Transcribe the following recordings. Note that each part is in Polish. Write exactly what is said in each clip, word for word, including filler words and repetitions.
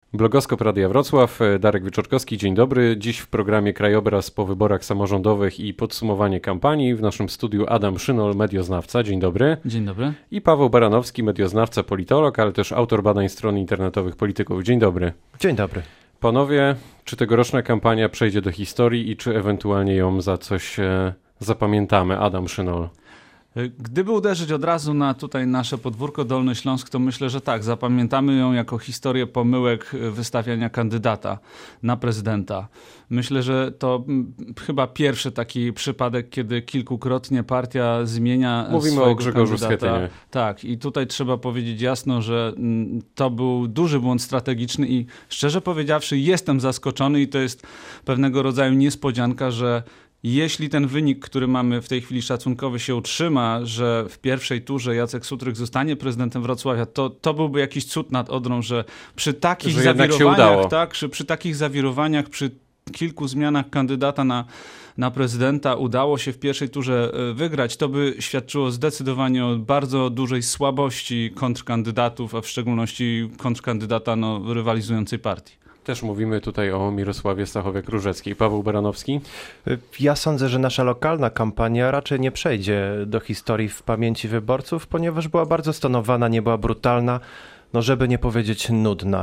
Blogoskop Radia Wrocław, Darek Wieczorkowski, dzień dobry. Dziś w programie Krajobraz po wyborach samorządowych i podsumowanie kampanii. W naszym studiu Adam Szynol, medioznawca, dzień dobry. Dzień dobry. I Paweł Baranowski, medioznawca, politolog, ale też autor badań stron internetowych polityków. Dzień dobry. Dzień dobry. Panowie, czy tegoroczna kampania przejdzie do historii i czy ewentualnie ją za coś e, zapamiętamy? Adam Szynol. Gdyby uderzyć od razu na tutaj nasze podwórko Dolny Śląsk, to myślę, że tak, zapamiętamy ją jako historię pomyłek wystawiania kandydata na prezydenta. Myślę, że to chyba pierwszy taki przypadek, kiedy kilkukrotnie partia zmienia Mówimy swojego o Grzegorzu kandydata. Schetynie. Tak, i tutaj trzeba powiedzieć jasno, że to był duży błąd strategiczny i szczerze powiedziawszy jestem zaskoczony i to jest pewnego rodzaju niespodzianka, że jeśli ten wynik, który mamy w tej chwili szacunkowy się utrzyma, że w pierwszej turze Jacek Sutryk zostanie prezydentem Wrocławia, to, to byłby jakiś cud nad Odrą, że przy takich że jednak się zawirowaniach, udało. tak, że przy takich zawirowaniach, przy kilku zmianach kandydata na, na prezydenta udało się w pierwszej turze wygrać, to by świadczyło zdecydowanie o bardzo dużej słabości kontrkandydatów, a w szczególności kontrkandydata no, rywalizującej partii. Też mówimy tutaj o Mirosławie Stachowiak-Różeckiej. Paweł Baranowski? Ja sądzę, że nasza lokalna kampania raczej nie przejdzie do historii w pamięci wyborców, ponieważ była bardzo stonowana, nie była brutalna, no żeby nie powiedzieć nudna.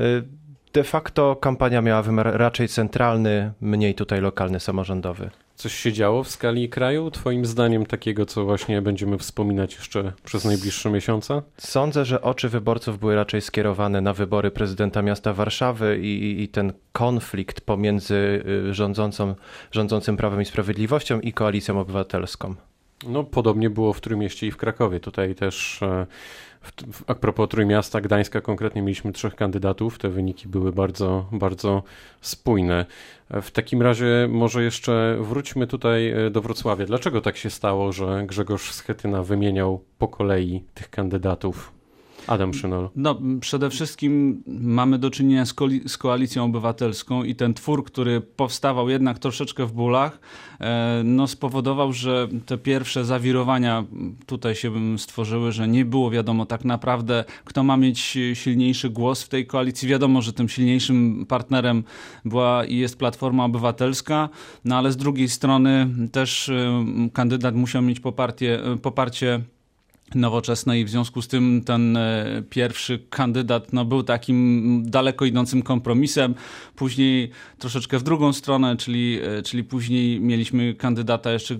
De facto kampania miała wymiar raczej centralny, mniej tutaj lokalny, samorządowy. Coś się działo w skali kraju? Twoim zdaniem takiego, co właśnie będziemy wspominać jeszcze przez najbliższe miesiące? Sądzę, że oczy wyborców były raczej skierowane na wybory prezydenta miasta Warszawy i, i ten konflikt pomiędzy rządzącą, rządzącym Prawem i Sprawiedliwością i Koalicją Obywatelską. No podobnie było w Trójmieście i w Krakowie. Tutaj też w, w, a propos Trójmiasta, Gdańska konkretnie mieliśmy trzech kandydatów. Te wyniki były bardzo, bardzo spójne. W takim razie może jeszcze wróćmy tutaj do Wrocławia. Dlaczego tak się stało, że Grzegorz Schetyna wymieniał po kolei tych kandydatów? Adam Szynol. No, przede wszystkim mamy do czynienia z, koali- z Koalicją Obywatelską i ten twór, który powstawał jednak troszeczkę w bólach, e, no spowodował, że te pierwsze zawirowania tutaj się stworzyły, że nie było wiadomo tak naprawdę, kto ma mieć silniejszy głos w tej koalicji. Wiadomo, że tym silniejszym partnerem była i jest Platforma Obywatelska, no ale z drugiej strony też e, kandydat musiał mieć poparcie, poparcie Nowoczesnej i w związku z tym ten pierwszy kandydat no, był takim daleko idącym kompromisem. Później troszeczkę w drugą stronę, czyli, czyli później mieliśmy kandydata jeszcze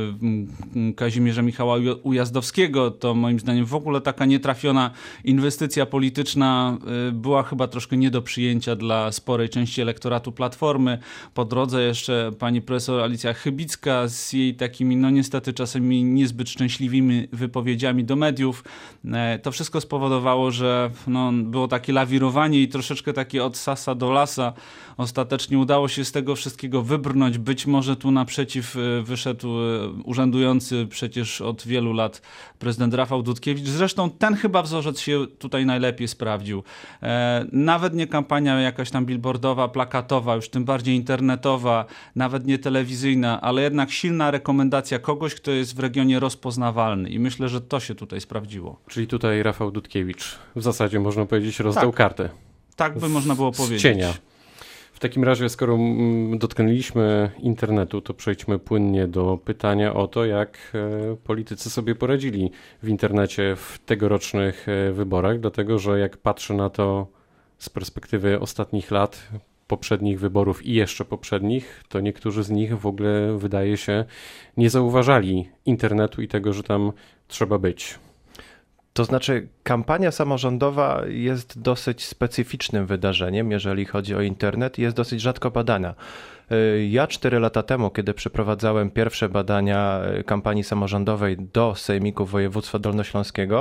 Kazimierza Michała Ujazdowskiego. To moim zdaniem w ogóle taka nietrafiona inwestycja polityczna była chyba troszkę nie do przyjęcia dla sporej części elektoratu Platformy. Po drodze jeszcze pani profesor Alicja Chybicka z jej takimi no niestety czasami niezbyt szczęśliwymi wypowiedziami do mediów. To wszystko spowodowało, że no, było takie lawirowanie i troszeczkę takie od sasa do lasa. Ostatecznie udało się z tego wszystkiego wybrnąć. Być może tu naprzeciw wyszedł urzędujący przecież od wielu lat prezydent Rafał Dudkiewicz. Zresztą ten chyba wzorzec się tutaj najlepiej sprawdził. Nawet nie kampania jakaś tam billboardowa, plakatowa, już tym bardziej internetowa, nawet nie telewizyjna, ale jednak silna rekomendacja kogoś, kto jest w regionie rozpoznawalny i myślę, że to się tutaj sprawdziło. Czyli tutaj Rafał Dudkiewicz w zasadzie można powiedzieć rozdał tak. kartę. Tak by można było powiedzieć. Z cienia. W takim razie, skoro dotknęliśmy internetu, to przejdźmy płynnie do pytania o to, jak politycy sobie poradzili w internecie w tegorocznych wyborach, dlatego że jak patrzę na to z perspektywy ostatnich lat, poprzednich wyborów i jeszcze poprzednich, to niektórzy z nich w ogóle, wydaje się, nie zauważali internetu i tego, że tam trzeba być. To znaczy, kampania samorządowa jest dosyć specyficznym wydarzeniem, jeżeli chodzi o internet i jest dosyć rzadko badana. Ja cztery lata temu, kiedy przeprowadzałem pierwsze badania kampanii samorządowej do Sejmików Województwa Dolnośląskiego,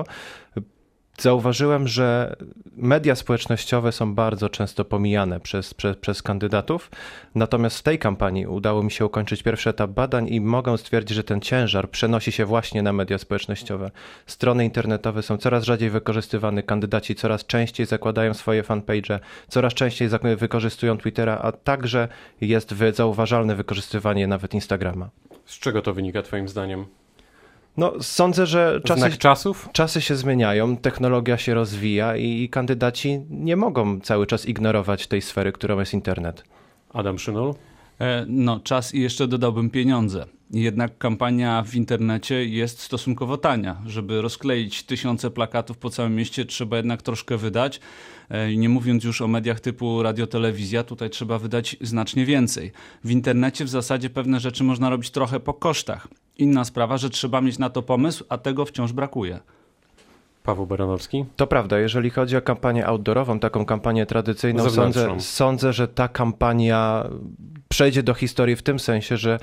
zauważyłem, że media społecznościowe są bardzo często pomijane przez, przez, przez kandydatów, natomiast w tej kampanii udało mi się ukończyć pierwszy etap badań i mogę stwierdzić, że ten ciężar przenosi się właśnie na media społecznościowe. Strony internetowe są coraz rzadziej wykorzystywane, kandydaci coraz częściej zakładają swoje fanpage, coraz częściej wykorzystują Twittera, a także jest zauważalne wykorzystywanie nawet Instagrama. Z czego to wynika twoim zdaniem? No, sądzę, że czasy, Znak czasów? czasy się zmieniają, technologia się rozwija i kandydaci nie mogą cały czas ignorować tej sfery, którą jest internet. Adam Szynol? No, czas i jeszcze dodałbym pieniądze. Jednak kampania w internecie jest stosunkowo tania. Żeby rozkleić tysiące plakatów po całym mieście, trzeba jednak troszkę wydać. Nie mówiąc już o mediach typu radio, telewizja, tutaj trzeba wydać znacznie więcej. W internecie w zasadzie pewne rzeczy można robić trochę po kosztach. Inna sprawa, że trzeba mieć na to pomysł, a tego wciąż brakuje. Paweł Baranowski? To prawda, jeżeli chodzi o kampanię outdoorową, taką kampanię tradycyjną, sądzę, sądzę, że ta kampania przejdzie do historii w tym sensie, że,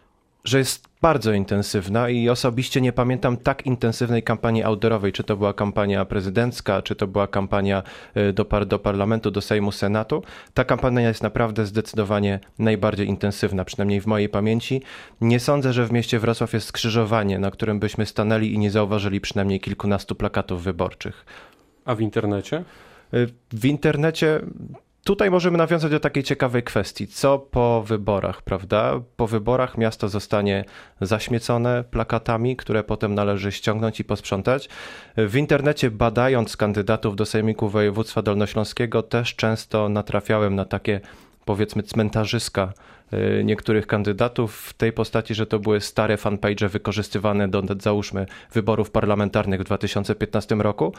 że jest bardzo intensywna i osobiście nie pamiętam tak intensywnej kampanii outdoorowej, czy to była kampania prezydencka, czy to była kampania do, par, do parlamentu, do Sejmu, Senatu. Ta kampania jest naprawdę zdecydowanie najbardziej intensywna, przynajmniej w mojej pamięci. Nie sądzę, że w mieście Wrocław jest skrzyżowanie, na którym byśmy stanęli i nie zauważyli przynajmniej kilkunastu plakatów wyborczych. A w internecie? W internecie... Tutaj możemy nawiązać do takiej ciekawej kwestii, co po wyborach, prawda? Po wyborach miasto zostanie zaśmiecone plakatami, które potem należy ściągnąć i posprzątać. W internecie, badając kandydatów do Sejmiku Województwa Dolnośląskiego, też często natrafiałem na takie, powiedzmy, cmentarzyska niektórych kandydatów w tej postaci, że to były stare fanpage wykorzystywane do, załóżmy, wyborów parlamentarnych w dwa tysiące piętnastym roku.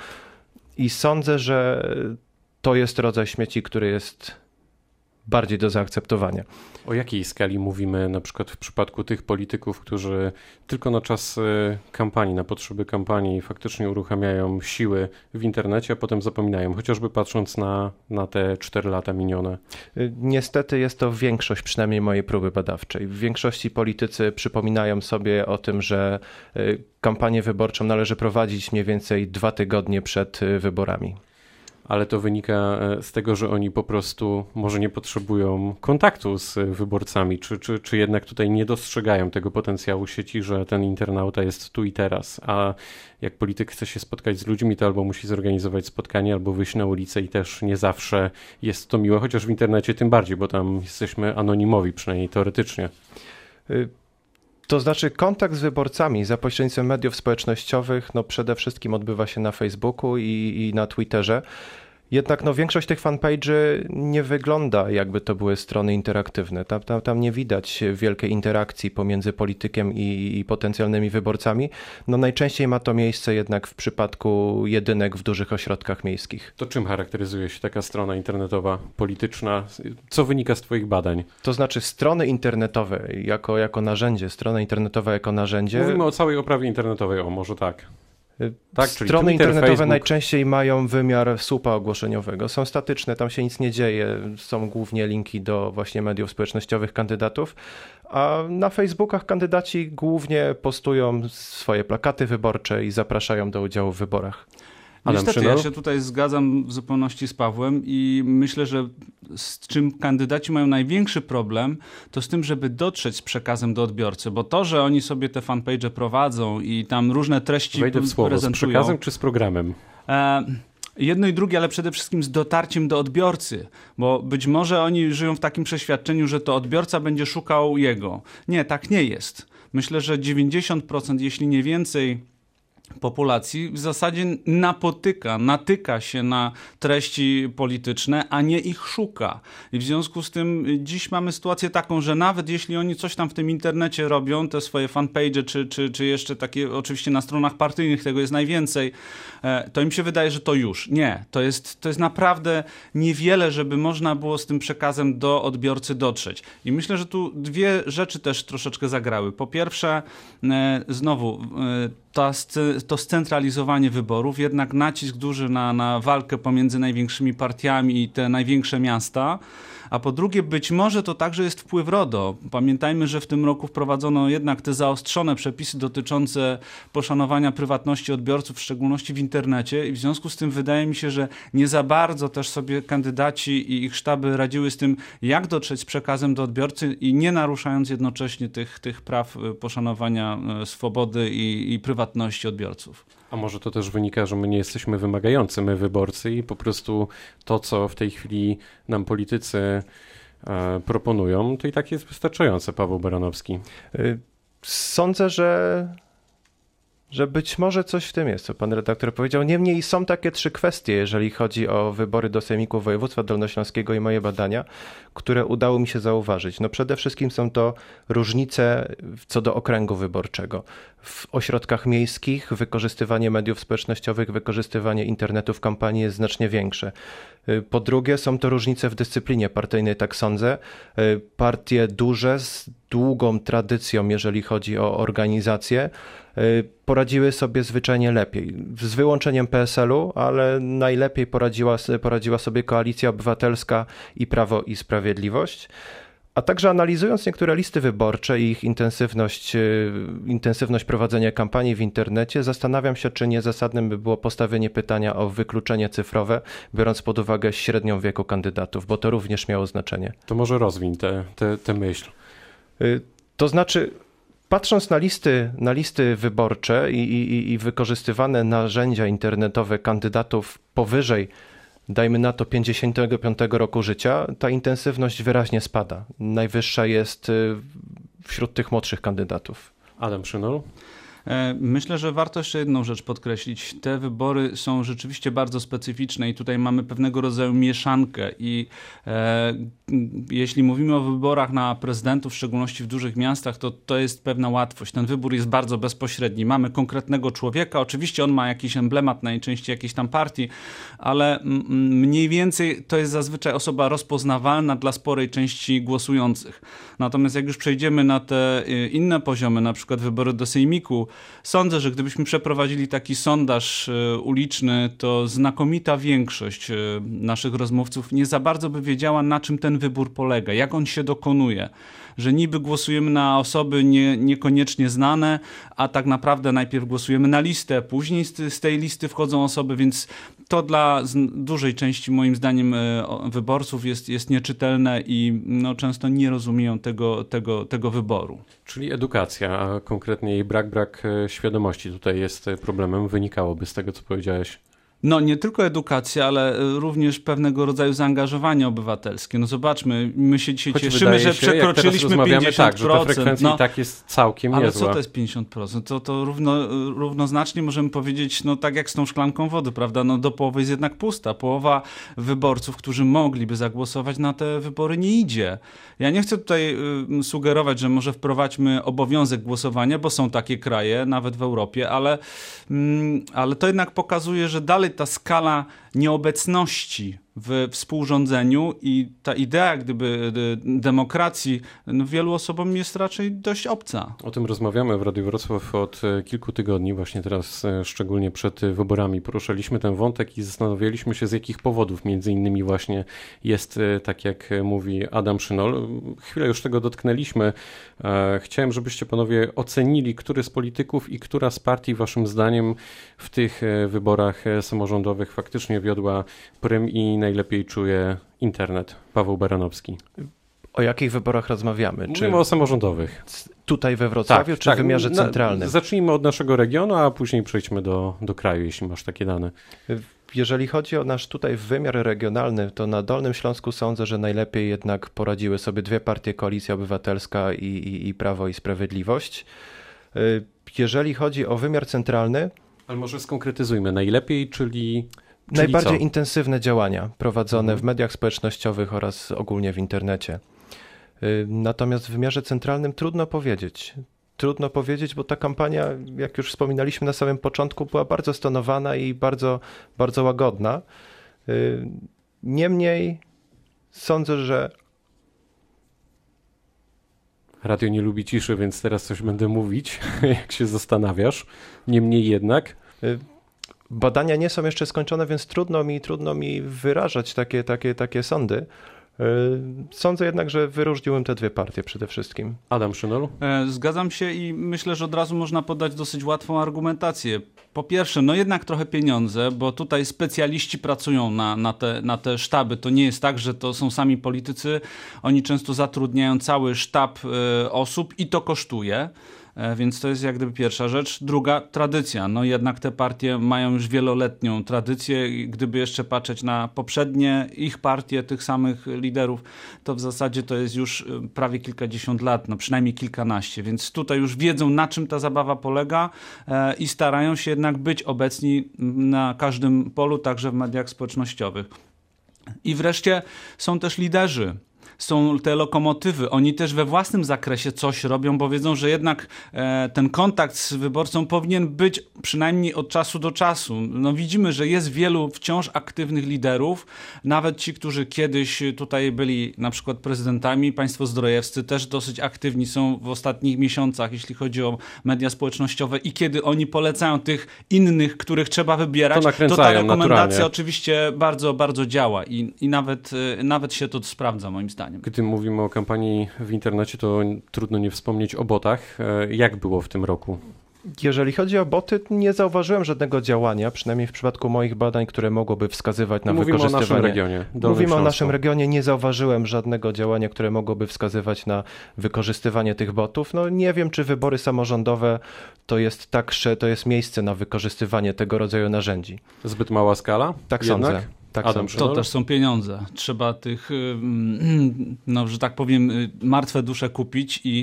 I sądzę, że to jest rodzaj śmieci, który jest bardziej do zaakceptowania. O jakiej skali mówimy na przykład w przypadku tych polityków, którzy tylko na czas kampanii, na potrzeby kampanii faktycznie uruchamiają siły w internecie, a potem zapominają, chociażby patrząc na, na te cztery lata minione? Niestety jest to większość, przynajmniej mojej próby badawczej. W większości politycy przypominają sobie o tym, że kampanię wyborczą należy prowadzić mniej więcej dwa tygodnie przed wyborami. Ale to wynika z tego, że oni po prostu może nie potrzebują kontaktu z wyborcami, czy, czy, czy jednak tutaj nie dostrzegają tego potencjału sieci, że ten internauta jest tu i teraz, a jak polityk chce się spotkać z ludźmi, to albo musi zorganizować spotkanie, albo wyjść na ulicę i też nie zawsze jest to miłe, chociaż w internecie tym bardziej, bo tam jesteśmy anonimowi, przynajmniej teoretycznie. To znaczy kontakt z wyborcami za pośrednictwem mediów społecznościowych no przede wszystkim odbywa się na Facebooku i, i na Twitterze. Jednak no, większość tych fanpage'y nie wygląda, jakby to były strony interaktywne. Tam, tam, tam nie widać wielkiej interakcji pomiędzy politykiem i, i potencjalnymi wyborcami. No, najczęściej ma to miejsce jednak w przypadku jedynek w dużych ośrodkach miejskich. To czym charakteryzuje się taka strona internetowa, polityczna? Co wynika z twoich badań? To znaczy strony internetowe jako, jako narzędzie, strona internetowa jako narzędzie... Mówimy o całej oprawie internetowej, o może tak. Tak, strony Twitter, internetowe Facebook. Najczęściej mają wymiar słupa ogłoszeniowego. Są statyczne, tam się nic nie dzieje. Są głównie linki do właśnie mediów społecznościowych kandydatów, a na Facebookach kandydaci głównie postują swoje plakaty wyborcze i zapraszają do udziału w wyborach. Adam Niestety, Szynol? Ja się tutaj zgadzam w zupełności z Pawłem i myślę, że z czym kandydaci mają największy problem, to z tym, żeby dotrzeć z przekazem do odbiorcy, bo to, że oni sobie te fanpage prowadzą i tam różne treści Wejdę w słowo, prezentują. Z przekazem czy z programem? E, jedno i drugie, ale przede wszystkim z dotarciem do odbiorcy, bo być może oni żyją w takim przeświadczeniu, że to odbiorca będzie szukał jego. Nie, tak nie jest. Myślę, że dziewięćdziesiąt procent, jeśli nie więcej, populacji w zasadzie napotyka, natyka się na treści polityczne, a nie ich szuka. I w związku z tym dziś mamy sytuację taką, że nawet jeśli oni coś tam w tym internecie robią, te swoje fanpage, czy, czy, czy jeszcze takie, oczywiście na stronach partyjnych tego jest najwięcej, to im się wydaje, że to już. Nie. To jest, to jest naprawdę niewiele, żeby można było z tym przekazem do odbiorcy dotrzeć. I myślę, że tu dwie rzeczy też troszeczkę zagrały. Po pierwsze, znowu, to, to scentralizowanie wyborów, jednak nacisk duży na, na walkę pomiędzy największymi partiami i te największe miasta, a po drugie być może to także jest wpływ RODO. Pamiętajmy, że w tym roku wprowadzono jednak te zaostrzone przepisy dotyczące poszanowania prywatności odbiorców, w szczególności w internecie i w związku z tym wydaje mi się, że nie za bardzo też sobie kandydaci i ich sztaby radziły z tym, jak dotrzeć z przekazem do odbiorcy i nie naruszając jednocześnie tych, tych praw poszanowania swobody i, i prywatności odbiorców. A może to też wynika, że my nie jesteśmy wymagający, my wyborcy i po prostu to, co w tej chwili nam politycy e, proponują, to i tak jest wystarczające, Paweł Baranowski. Sądzę, że że być może coś w tym jest, co pan redaktor powiedział. Niemniej są takie trzy kwestie, jeżeli chodzi o wybory do Sejmiku Województwa Dolnośląskiego i moje badania, które udało mi się zauważyć. No przede wszystkim są to różnice co do okręgu wyborczego. W ośrodkach miejskich wykorzystywanie mediów społecznościowych, wykorzystywanie internetu w kampanii jest znacznie większe. Po drugie, są to różnice w dyscyplinie partyjnej, tak sądzę. Partie duże z długą tradycją, jeżeli chodzi o organizację, poradziły sobie zwyczajnie lepiej. Z wyłączeniem P S L u, ale najlepiej poradziła, poradziła sobie Koalicja Obywatelska i Prawo i Sprawiedliwość. A także analizując niektóre listy wyborcze i ich intensywność, intensywność prowadzenia kampanii w internecie, zastanawiam się, czy nie zasadnym by było postawienie pytania o wykluczenie cyfrowe, biorąc pod uwagę średnią wieku kandydatów, bo to również miało znaczenie. To może rozwiń tę te, te, te myśl. To znaczy, patrząc na listy, na listy wyborcze i, i, i wykorzystywane narzędzia internetowe kandydatów powyżej, dajmy na to pięćdziesiątego piątego roku życia, ta intensywność wyraźnie spada. Najwyższa jest wśród tych młodszych kandydatów. Adam Szynol? Myślę, że warto jeszcze jedną rzecz podkreślić. Te wybory są rzeczywiście bardzo specyficzne i tutaj mamy pewnego rodzaju mieszankę i e, jeśli mówimy o wyborach na prezydentów, w szczególności w dużych miastach, to to jest pewna łatwość. Ten wybór jest bardzo bezpośredni. Mamy konkretnego człowieka, oczywiście on ma jakiś emblemat, najczęściej jakiejś tam partii, ale m, mniej więcej to jest zazwyczaj osoba rozpoznawalna dla sporej części głosujących. Natomiast jak już przejdziemy na te inne poziomy, na przykład wybory do Sejmiku, sądzę, że gdybyśmy przeprowadzili taki sondaż uliczny, to znakomita większość naszych rozmówców nie za bardzo by wiedziała, na czym ten wybór polega, jak on się dokonuje. Że niby głosujemy na osoby nie, niekoniecznie znane, a tak naprawdę najpierw głosujemy na listę, później z, z tej listy wchodzą osoby, więc to dla dużej części moim zdaniem wyborców jest, jest nieczytelne i no, często nie rozumieją tego, tego, tego wyboru. Czyli edukacja, a konkretnie jej brak, brak świadomości tutaj jest problemem, wynikałoby z tego, co powiedziałeś. No nie tylko edukacja, ale również pewnego rodzaju zaangażowanie obywatelskie. No zobaczmy, my się dzisiaj Choć cieszymy, że się, przekroczyliśmy pięćdziesiąt procent. Tak, że ta frekwencja no, i tak jest całkiem ale niezła. co to jest pięćdziesiąt procent? To, to równo, równoznacznie możemy powiedzieć, no tak jak z tą szklanką wody, prawda? No do połowy jest jednak pusta. Połowa wyborców, którzy mogliby zagłosować na te wybory, nie idzie. Ja nie chcę tutaj y, sugerować, że może wprowadźmy obowiązek głosowania, bo są takie kraje, nawet w Europie, ale, y, ale to jednak pokazuje, że dalej ta skala nieobecności w współrządzeniu i ta idea gdyby demokracji no, wielu osobom jest raczej dość obca. O tym rozmawiamy w Radiu Wrocław od kilku tygodni, właśnie teraz szczególnie przed wyborami poruszaliśmy ten wątek i zastanawialiśmy się, z jakich powodów między innymi właśnie jest tak, jak mówi Adam Szynol. Chwilę już tego dotknęliśmy. Chciałem, żebyście panowie ocenili, który z polityków i która z partii waszym zdaniem w tych wyborach samorządowych faktycznie wiodła prym i najlepiej czuje internet. Paweł Baranowski. O jakich wyborach rozmawiamy? Mówimy czy o samorządowych. Tutaj we Wrocławiu, tak, czy tak, w wymiarze centralnym? Na, zacznijmy od naszego regionu, a później przejdźmy do, do kraju, jeśli masz takie dane. Jeżeli chodzi o nasz tutaj wymiar regionalny, to na Dolnym Śląsku sądzę, że najlepiej jednak poradziły sobie dwie partie, Koalicja Obywatelska i, i, i Prawo i Sprawiedliwość. Jeżeli chodzi o wymiar centralny... Ale może skonkretyzujmy. Najlepiej, czyli... Czyli najbardziej co? Intensywne działania prowadzone mhm. w mediach społecznościowych oraz ogólnie w internecie. Natomiast w wymiarze centralnym trudno powiedzieć. Trudno powiedzieć, bo ta kampania, jak już wspominaliśmy na samym początku, była bardzo stonowana i bardzo, bardzo łagodna. Niemniej sądzę, że... Radio nie lubi ciszy, więc teraz coś będę mówić, jak się zastanawiasz. Niemniej jednak... Badania nie są jeszcze skończone, więc trudno mi, trudno mi wyrażać takie, takie, takie sądy. Sądzę jednak, że wyróżniłem te dwie partie przede wszystkim. Adam Szynol? Zgadzam się i myślę, że od razu można podać dosyć łatwą argumentację. Po pierwsze, no jednak trochę pieniądze, bo tutaj specjaliści pracują na, na, te, na te sztaby. To nie jest tak, że to są sami politycy. Oni często zatrudniają cały sztab y, osób i to kosztuje. Więc to jest jak gdyby pierwsza rzecz. Druga, tradycja. No jednak te partie mają już wieloletnią tradycję. Gdyby jeszcze patrzeć na poprzednie ich partie, tych samych liderów, to w zasadzie to jest już prawie kilkadziesiąt lat, no przynajmniej kilkanaście. Więc tutaj już wiedzą, na czym ta zabawa polega i starają się jednak być obecni na każdym polu, także w mediach społecznościowych. I wreszcie są też liderzy. Są te lokomotywy, oni też we własnym zakresie coś robią, bo wiedzą, że jednak e, ten kontakt z wyborcą powinien być przynajmniej od czasu do czasu. No widzimy, że jest wielu wciąż aktywnych liderów, nawet ci, którzy kiedyś tutaj byli na przykład prezydentami, państwo zdrojewscy też dosyć aktywni są w ostatnich miesiącach, jeśli chodzi o media społecznościowe i kiedy oni polecają tych innych, których trzeba wybierać, to, to ta rekomendacja naturalnie. Oczywiście bardzo, bardzo działa i, i nawet, nawet się to sprawdza moim zdaniem. Gdy mówimy o kampanii w internecie, to trudno nie wspomnieć o botach. Jak było w tym roku? Jeżeli chodzi o boty, nie zauważyłem żadnego działania, przynajmniej w przypadku moich badań, które mogłoby wskazywać na Mówimy wykorzystywanie. Mówimy o naszym regionie. Mówimy o naszym regionie. Nie zauważyłem żadnego działania, które mogłoby wskazywać na wykorzystywanie tych botów. No nie wiem, czy wybory samorządowe to jest tak, że to jest miejsce na wykorzystywanie tego rodzaju narzędzi. Zbyt mała skala? Tak jednak? sądzę. Tak Adam to też są pieniądze. Trzeba tych, no, że tak powiem, martwe dusze kupić i,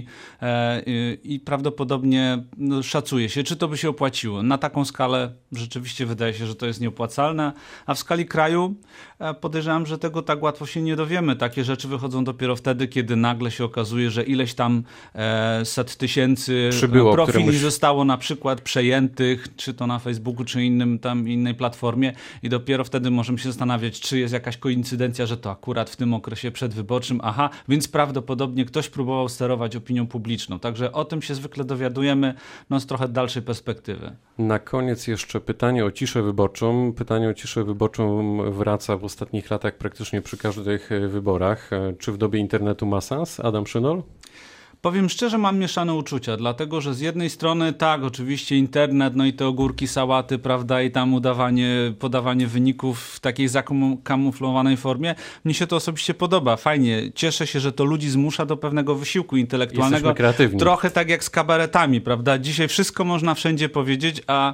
i prawdopodobnie no, szacuje się, czy to by się opłaciło. Na taką skalę rzeczywiście wydaje się, że to jest nieopłacalne, a w skali kraju podejrzewam, że tego tak łatwo się nie dowiemy. Takie rzeczy wychodzą dopiero wtedy, kiedy nagle się okazuje, że ileś tam set tysięcy Przybyło, profili któremuś... zostało na przykład przejętych, czy to na Facebooku, czy innym tam innej platformie i dopiero wtedy możemy się zastanawiać, czy jest jakaś koincydencja, że to akurat w tym okresie przedwyborczym, aha, więc prawdopodobnie ktoś próbował sterować opinią publiczną. Także o tym się zwykle dowiadujemy no, z trochę dalszej perspektywy. Na koniec jeszcze pytanie o ciszę wyborczą. Pytanie o ciszę wyborczą wraca w ostatnich latach praktycznie przy każdych wyborach. Czy w dobie internetu ma sens? Adam Szynol? Powiem szczerze, mam mieszane uczucia, dlatego że z jednej strony tak, oczywiście internet, no i te ogórki, sałaty, prawda, i tam udawanie, podawanie wyników w takiej zakamuflowanej formie, mnie się to osobiście podoba, fajnie, cieszę się, że to ludzi zmusza do pewnego wysiłku intelektualnego. Jesteśmy kreatywni. Trochę tak jak z kabaretami, prawda, dzisiaj wszystko można wszędzie powiedzieć, a,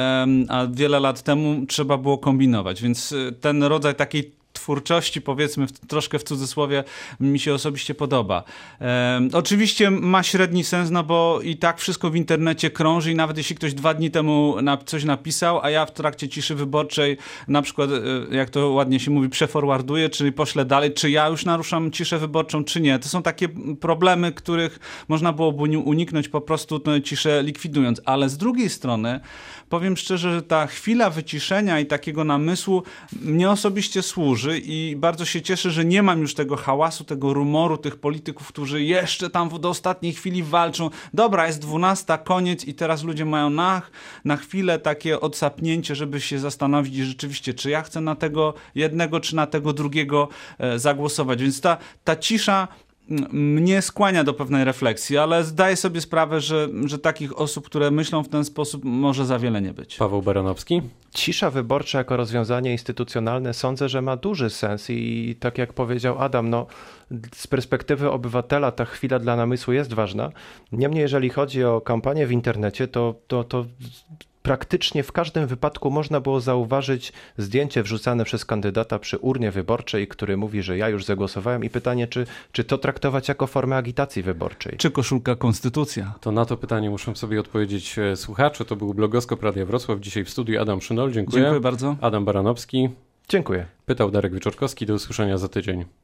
a wiele lat temu trzeba było kombinować, więc ten rodzaj takiej twórczości, powiedzmy w, troszkę w cudzysłowie, mi się osobiście podoba. E, oczywiście ma średni sens, no bo i tak wszystko w internecie krąży i nawet jeśli ktoś dwa dni temu na, coś napisał, a ja w trakcie ciszy wyborczej na przykład, e, jak to ładnie się mówi, przeforwarduję, czyli poślę dalej, czy ja już naruszam ciszę wyborczą, czy nie. To są takie problemy, których można byłoby uniknąć po prostu tę ciszę likwidując. Ale z drugiej strony powiem szczerze, że ta chwila wyciszenia i takiego namysłu mnie osobiście służy i bardzo się cieszę, że nie mam już tego hałasu, tego rumoru tych polityków, którzy jeszcze tam do ostatniej chwili walczą. Dobra, jest dwunasta, koniec i teraz ludzie mają na, na chwilę takie odsapnięcie, żeby się zastanowić rzeczywiście, czy ja chcę na tego jednego, czy na tego drugiego e, zagłosować. Więc ta, ta cisza mnie skłania do pewnej refleksji, ale zdaję sobie sprawę, że, że takich osób, które myślą w ten sposób, może za wiele nie być. Paweł Baranowski? Cisza wyborcza jako rozwiązanie instytucjonalne sądzę, że ma duży sens i tak jak powiedział Adam, no, z perspektywy obywatela ta chwila dla namysłu jest ważna. Niemniej jeżeli chodzi o kampanię w internecie, to, to, to praktycznie w każdym wypadku można było zauważyć zdjęcie wrzucane przez kandydata przy urnie wyborczej, który mówi, że ja już zagłosowałem i pytanie, czy, czy to traktować jako formę agitacji wyborczej. Czy koszulka konstytucja? To na to pytanie muszą sobie odpowiedzieć słuchacze. To był Blogoskop Radia Wrocław. Dzisiaj w studiu Adam Szynol. Dziękuję. Dziękuję bardzo. Adam Baranowski. Dziękuję. Pytał Darek Wieczorkowski. Do usłyszenia za tydzień.